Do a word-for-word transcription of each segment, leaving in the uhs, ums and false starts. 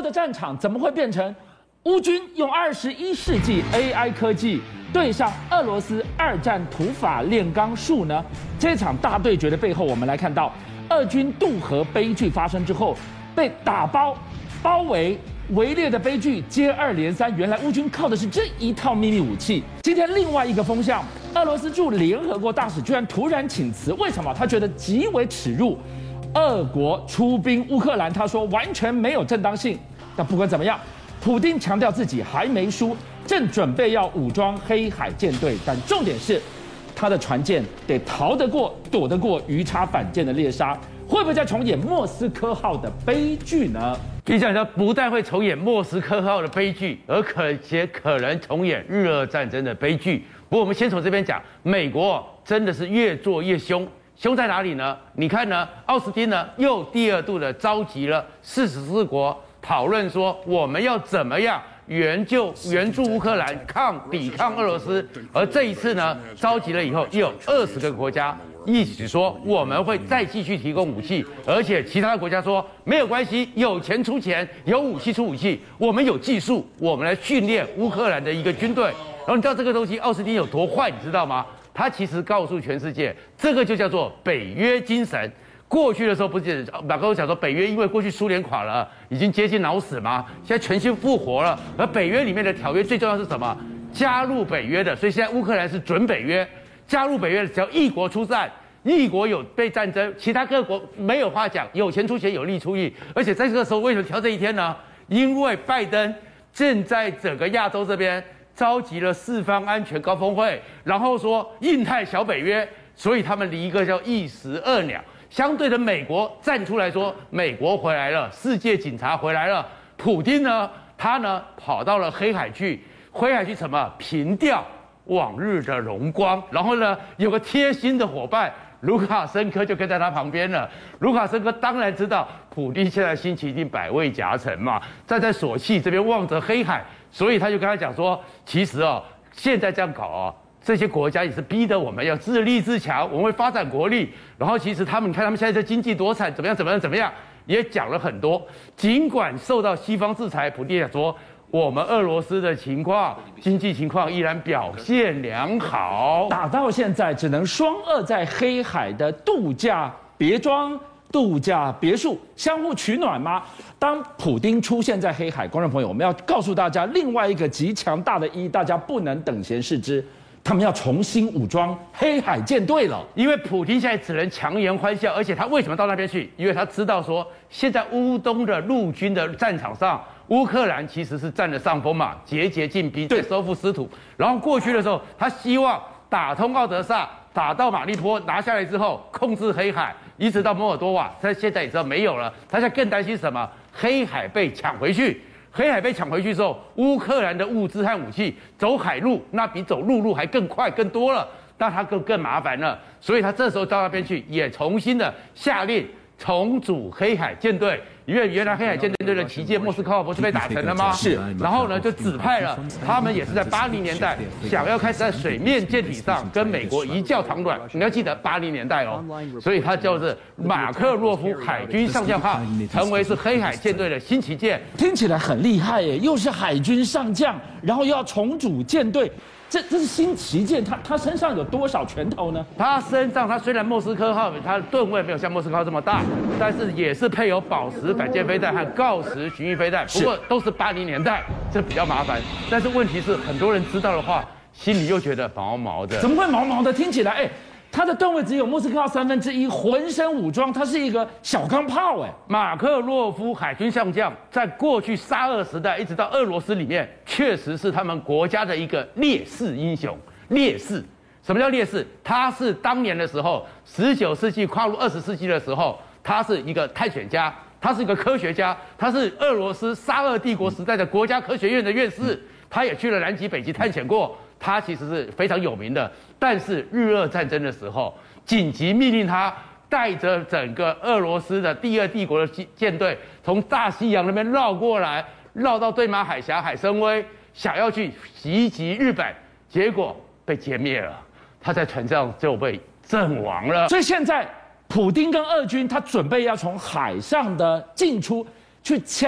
的战场怎么会变成乌军用二十一世纪 A I 科技对上俄罗斯二战土法炼钢术呢？这场大对决的背后，我们来看到俄军渡河悲剧发生之后，被打包、包围、围猎的悲剧接二连三。原来乌军靠的是这一套秘密武器。今天另外一个风向，俄罗斯驻联合国大使居然突然请辞，为什么？他觉得极为耻辱。俄国出兵乌克兰，他说完全没有正当性。但不管怎么样，普丁强调自己还没输，正准备要武装黑海舰队。但重点是，他的船舰得逃得过、躲得过鱼叉反舰的猎杀，会不会再重演莫斯科号的悲剧呢？ 你想说，不但会重演莫斯科号的悲剧，而可且可能重演日俄战争的悲剧。不过我们先从这边讲，美国真的是越做越凶。凶在哪里呢？你看呢，奥斯汀呢又第二度的召集了四十四国讨论说，我们要怎么样援救援助乌克兰抗抵抗俄罗斯。而这一次呢，召集了以后，又有二十个国家一起说我们会再继续提供武器，而且其他的国家说没有关系，有钱出钱，有武器出武器，我们有技术，我们来训练乌克兰的一个军队。然后你知道这个东西奥斯汀有多坏，你知道吗？他其实告诉全世界，这个就叫做北约精神。过去的时候不是马克龙讲说，北约因为过去苏联垮了，已经接近脑死吗？现在全新复活了。而北约里面的条约最重要是什么？加入北约的，所以现在乌克兰是准北约。加入北约的，只要一国出战，一国有被战争，其他各国没有话讲，有钱出钱，有力出力。而且在这个时候，为什么挑这一天呢？因为拜登正在整个亚洲这边召集了四方安全高峰会，然后说印太小北约，所以他们离一个叫一石二鸟。相对的，美国站出来说，美国回来了，世界警察回来了。普丁呢，他呢跑到了黑海去，黑海去什么？平调往日的荣光。然后呢，有个贴心的伙伴卢卡申科就跟在他旁边了。卢卡申科当然知道普丁现在心情一定百味夹陈嘛，站在索契这边望着黑海，所以他就跟他讲说，其实哦，现在这样搞哦，这些国家也是逼得我们要自立自强，我们会发展国力。然后其实他们，你看他们现在的经济多惨，怎么样怎么样怎么样，也讲了很多。尽管受到西方制裁，普丁也说我们俄罗斯的情况，经济情况依然表现良好。 打到现在，只能双俄在黑海的度假别庄、度假别墅相互取暖吗？当普丁出现在黑海，观众朋友，我们要告诉大家另外一个极强大的一，大家不能等闲视之。他们要重新武装黑海舰队了， 因为普丁现在只能强颜欢笑，而且他为什么到那边去？因为他知道说，现在乌东的陆军的战场上，乌克兰其实是占了上风嘛，节节进逼，在收复失土。然后过去的时候，他希望打通奥德萨，打到马利坡，拿下来之后，控制黑海，一直到摩尔多瓦。他现在也知道没有了，他现在更担心什么？黑海被抢回去。黑海被抢回去之后，乌克兰的物资和武器走海路，那比走陆路还更快更多了，那他更更麻烦了。所以他这时候到那边去，也重新的下令重组黑海舰队。因为原来黑海舰队的旗舰莫斯科号不是被打沉了吗？ 是。 然后呢，就指派了他们，也是在八零年代想要开始在水面舰体上跟美国一较长短。你要记得八零年代哦，所以他就是马克洛夫海军上将号，成为是黑海舰队的新旗舰。 听起来很厉害耶，又是海军上将，然后又要重组舰队。这这是新旗舰，他他身上有多少拳头呢？ 他身上，他虽然莫斯科号他的吨位没有像莫斯科号这么大，但是也是配有宝石反舰飞弹和锆石巡弋飞弹，不过都是八零年代，这比较麻烦。但是问题是，很多人知道的话，心里又觉得毛毛的。 怎么会毛毛的？听起来，哎，他的吨位只有莫斯科号三分之一，浑身武装，他是一个小钢炮，哎。 马克洛夫海军上将在过去沙俄时代一直到俄罗斯里面，确实是他们国家的一个烈士英雄。烈士，什么叫烈士？他是当年的时候，十九世纪跨入二十世纪的时候，他是一个探险家，他是一个科学家，他是俄罗斯沙俄帝国时代的国家科学院的院士，他也去了南极、北极探险过，他其实是非常有名的。但是日俄战争的时候，紧急命令他带着整个俄罗斯的第二帝国的舰队，从大西洋那边绕过来，绕到对马海峡海参崴，想要去袭击日本，结果被歼灭了。他在船上就被阵亡了。 所以现在普丁跟俄军，他准备要从海上的进出去掐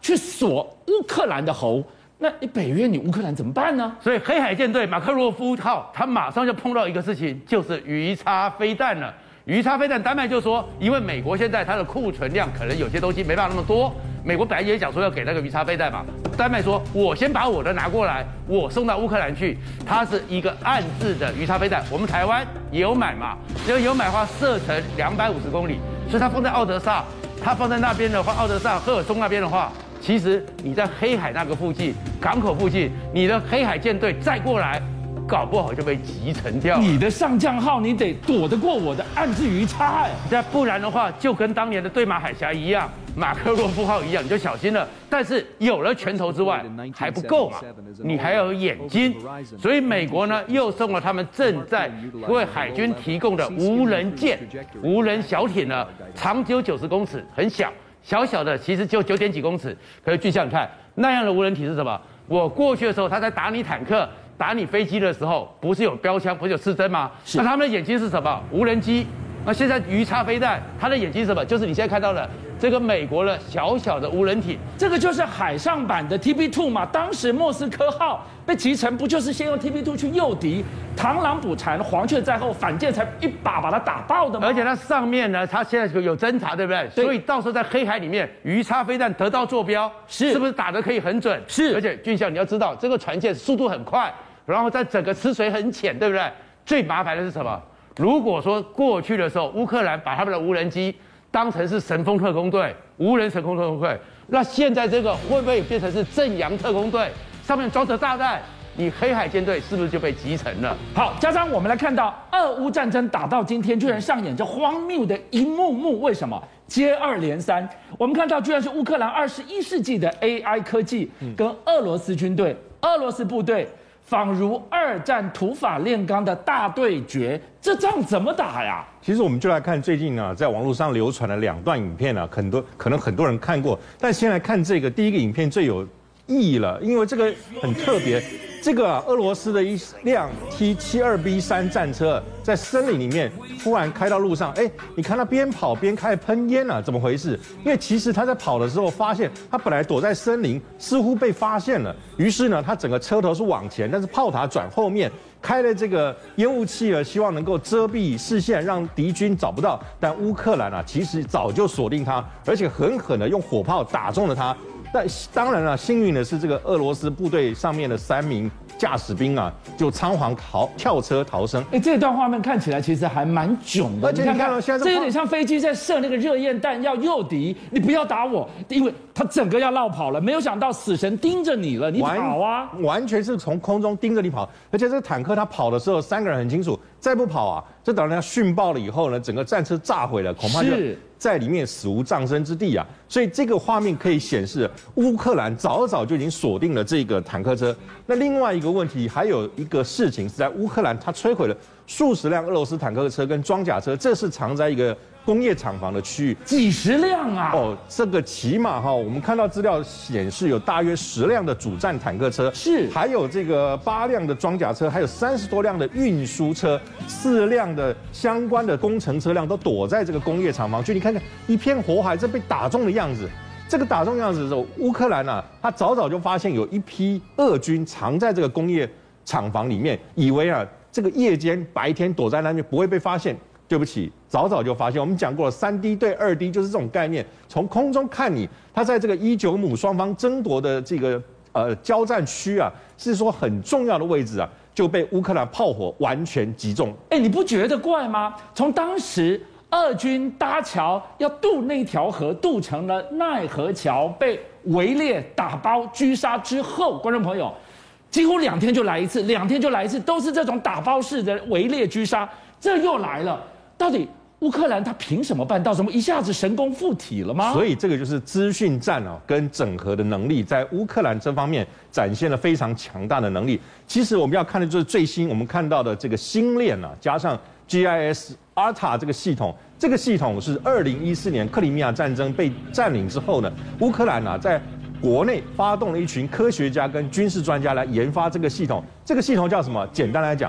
去锁乌克兰的喉，那你北约你乌克兰怎么办呢？ 所以黑海舰队马克洛夫号，他马上就碰到一个事情，就是鱼叉飞弹了。鱼叉飞弹，丹麦就说，因为美国现在它的库存量可能有些东西没办法那么多，美国本来也想说要给那个鱼叉飞弹嘛，丹麦说，我先把我的拿过来，我送到乌克兰去，它是一个暗制的鱼叉飞弹，我们台湾也有买嘛，只要有买的话，射程两百五十公里，所以它放在奥德萨，它放在那边的话，奥德萨、赫尔松那边的话，其实你在黑海那个附近，港口附近，你的黑海舰队再过来，搞不好就被击沉掉了。 你的上将号你得躲得过我的暗制鱼叉哎， 那不然的话，就跟当年的对马海峡一样，马克洛夫号一样，你就小心了。但是有了拳头之外还不够嘛，你还要有眼睛。所以美国呢又送了他们正在为海军提供的无人舰、无人小艇呢，长只有九十公尺，很小。小小的其实只有九点几公尺，可是巨像你看那样的无人体是什么？我过去的时候，他在打你坦克、打你飞机的时候，不是有标枪，不是有刺针吗？那他们的眼睛是什么？无人机。那现在鱼叉飞弹，它的眼睛是什么？就是你现在看到的这个美国的小小的无人艇， 这个就是海上版的 T B 二 嘛。当时莫斯科号被击沉，不就是先用 T B 二 去诱敌，螳螂捕蝉，黄雀在后，反舰才一把把它打爆的吗？ 而且它上面呢，它现在有侦察，对不对？ 对， 所以到时候在黑海里面，鱼叉飞弹得到坐标， 是是不是打得可以很准？ 是。 而且俊相你要知道，这个船舰速度很快，然后在整个吃水很浅，对不对？最麻烦的是什么？如果说过去的时候，乌克兰把他们的无人机当成是神风特工队、无人神风特工队，那现在这个会不会变成是正阳特工队？上面装着炸弹，你黑海舰队是不是就被击沉了？ 好，加上我们来看到，俄乌战争打到今天，居然上演这荒谬的一幕幕。为什么？接二连三，我们看到居然是乌克兰二十一世纪的 A I 科技跟俄罗斯军队、俄罗斯部队。仿如二战土法炼钢的大对决，这仗怎么打呀？ 其实我们就来看最近呢、啊，在网络上流传的两段影片啊，很多可能很多人看过，但先来看这个第一个影片最有意义了，因为这个很特别。这个、啊、俄罗斯的一辆 T 七十二 B 三战车在森林里面突然开到路上，哎，你看他边跑边开始喷烟啊，怎么回事？因为其实他在跑的时候发现，他本来躲在森林，似乎被发现了，于是呢，他整个车头是往前，但是炮塔转后面，开了这个烟雾器呢，希望能够遮蔽视线，让敌军找不到。但乌克兰啊，其实早就锁定他，而且狠狠的用火炮打中了他。但当然了，幸运的是，这个俄罗斯部队上面的三名驾驶兵啊，就仓皇逃跳车逃生。 哎，这段画面看起来其实还蛮囧的。 而且你看到现在这有点像飞机在射那个热焰弹，要诱敌，你不要打我，因为他整个要绕跑了。没有想到死神盯着你了，你跑啊！ 完全是从空中盯着你跑，而且这个坦克他跑的时候，三个人很清楚，再不跑啊，这等人家训爆了以后呢，整个战车炸毁了，恐怕就在里面死无葬身之地啊！所以这个画面可以显示，乌克兰早早就已经锁定了这个坦克车。那另外一个问题，还有一个事情是在乌克兰，它摧毁了数十辆俄罗斯坦克车跟装甲车，这是藏在一个工业厂房的区域， 几十辆啊！ 哦，这个起码哈，我们看到资料显示有大约十辆的主战坦克车， 是， 还有这个八辆的装甲车，还有三十多辆的运输车，四辆的相关的工程车辆都躲在这个工业厂房区。你看看一片火海，这被打中的样子。这个打中样子的时候，乌克兰啊，他早早就发现有一批俄军藏在这个工业厂房里面，以为啊这个夜间白天躲在那边不会被发现。对不起，早早就发现。我们讲过了，三 D 对二 D 就是这种概念。从空中看你，他在这个伊久姆双方争夺的这个呃交战区啊，是说很重要的位置啊，就被乌克兰炮火完全击中。 哎，你不觉得怪吗？从当时俄军搭桥要渡那条河，渡成了奈何桥，被围猎、打包、狙杀之后，观众朋友，几乎两天就来一次，两天就来一次，都是这种打包式的围猎狙杀，这又来了。到底乌克兰他凭什么办到？什么一下子神功附体了吗？ 所以这个就是资讯战啊，跟整合的能力，在乌克兰这方面展现了非常强大的能力。其实我们要看的就是最新我们看到的这个星链啊，加上 G I S A R T A 这个系统，这个系统是二零一四年克里米亚战争被占领之后呢，乌克兰啊在国内发动了一群科学家跟军事专家来研发这个系统。这个系统叫什么？简单来讲，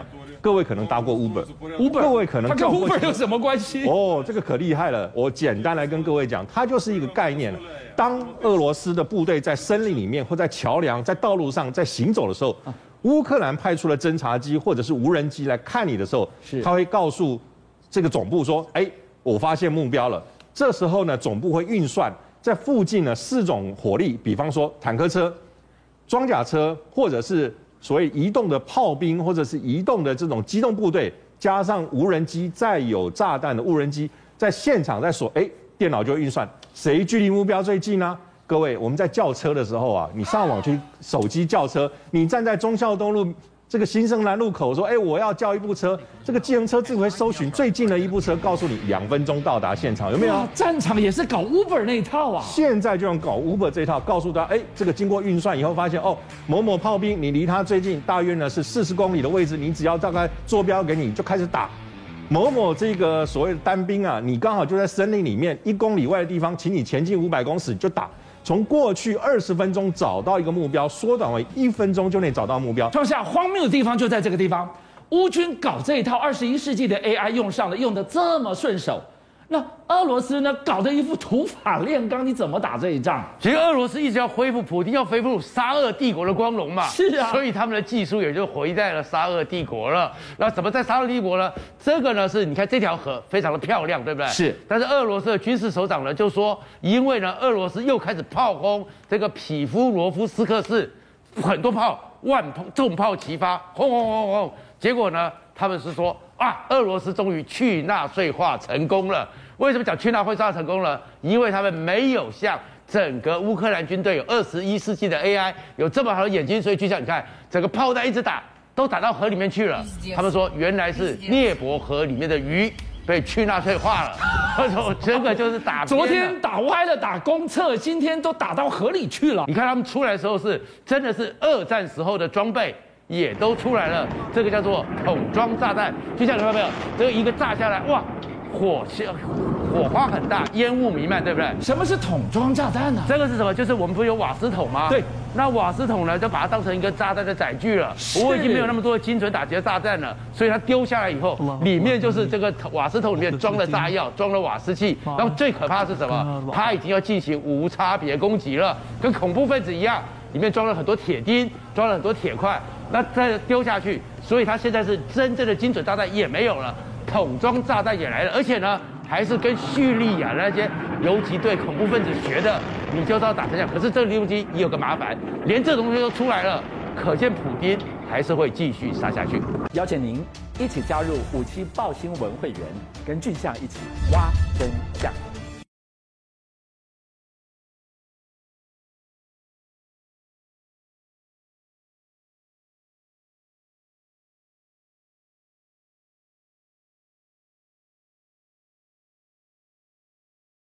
各位可能搭过 Uber， Uber， 各位可能它跟叫过 Uber 有什么关系？ 哦，这个可厉害了。我简单来跟各位讲，它就是一个概念了。当俄罗斯的部队在森林里面或在桥梁、在道路上在行走的时候，乌克兰派出了侦察机或者是无人机来看你的时候，他会告诉这个总部说：“哎，我发现目标了。”这时候呢，总部会运算在附近呢四种火力，比方说坦克车、装甲车，或者是所谓移动的炮兵，或者是移动的这种机动部队，加上无人机，再有炸弹的无人机，在现场在锁，哎，电脑就运算谁距离目标最近呢？各位，我们在叫车的时候啊，你上网去手机叫车，你站在忠孝东路这个新生南路口说，哎，我要叫一部车，这个计程车自会搜寻最近的一部车，告诉你两分钟到达现场，有没有？ 战场也是搞 Uber 那一套啊。 现在就用搞 Uber 这一套，告诉他，哎，这个经过运算以后发现，哦，某某炮兵，你离他最近大约呢是四十公里的位置，你只要大概坐标给你，就开始打。某某这个所谓的单兵啊，你刚好就在森林里面一公里外的地方，请你前进五百公尺就打。从过去二十分钟找到一个目标，缩短为一分钟就能找到目标。 创下荒谬的地方就在这个地方，乌军搞这一套二十一世纪的 A I 用上了，用的这么顺手。那俄罗斯呢，搞得一副土法炼钢，你怎么打这一仗？ 其实俄罗斯一直要恢复，普丁要恢复沙俄帝国的光荣嘛， 是啊， 所以他们的技术也就回在了沙俄帝国了。那怎么在沙俄帝国呢？这个呢是你看这条河非常的漂亮，对不对？ 是。 但是俄罗斯的军事首长呢就说，因为呢俄罗斯又开始炮轰这个匹夫罗夫斯克市，很多炮，万炮重炮齐发，轰轰轰轰。结果呢，他们是说啊，俄罗斯终于去纳粹化成功了。为什么讲去纳粹化成功了？因为他们没有像整个乌克兰军队有二十一世纪的 A I 有这么好的眼睛，所以就像你看，整个炮弹一直打，都打到河里面去了。他们说原来是涅伯河里面的鱼被去纳粹化了。他说这个就是打偏了， 昨天打歪了，打公厕，今天都打到河里去了。 你看他们出来的时候是真的是二战时候的装备。也都出来了，这个叫做桶装炸弹，就像你看到没有，这个一个炸下来，哇，火火花很大，烟雾弥漫，对不对？ 什么是桶装炸弹呢？ 这个是什么？就是我们不是有瓦斯桶吗？ 对， 那瓦斯桶呢，就把它当成一个炸弹的载具了。我已经没有那么多的精准打击的炸弹了，所以它丢下来以后，里面就是这个瓦斯桶里面装了炸药，装了瓦斯气。然后最可怕的是什么？它已经要进行无差别攻击了，跟恐怖分子一样，里面装了很多铁钉，装了很多铁块。那再丢下去，所以它现在是真正的精准炸弹也没有了，桶装炸弹也来了，而且呢，还是跟叙利亚那些游击队恐怖分子学的，你就知道打成这样。可是这个东西也有个麻烦，连这东西都出来了，可见普丁还是会继续杀下去。 邀请您一起加入五七爆新闻会员，跟俊相一起挖真相。